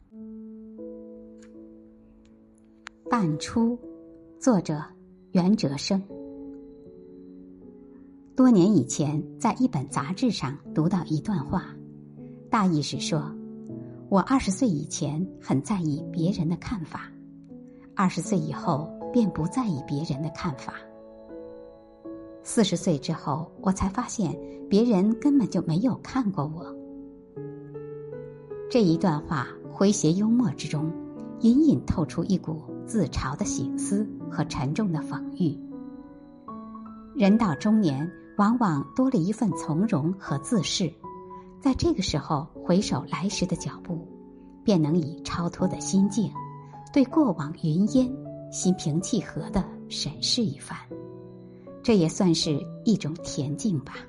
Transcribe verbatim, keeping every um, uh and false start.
淡出，作者袁哲生。多年以前，在一本杂志上读到一段话，大意是说，我二十岁以前很在意别人的看法，二十岁以后便不在意别人的看法。四十岁之后，我才发现别人根本就没有看过我。这一段话诙谐幽默之中，隐隐透出一股自嘲的省思和沉重的讽喻。人到中年，往往多了一份从容和自适，在这个时候回首来时的脚步，便能以超脱的心境，对过往云烟心平气和地审视一番，这也算是一种恬静吧。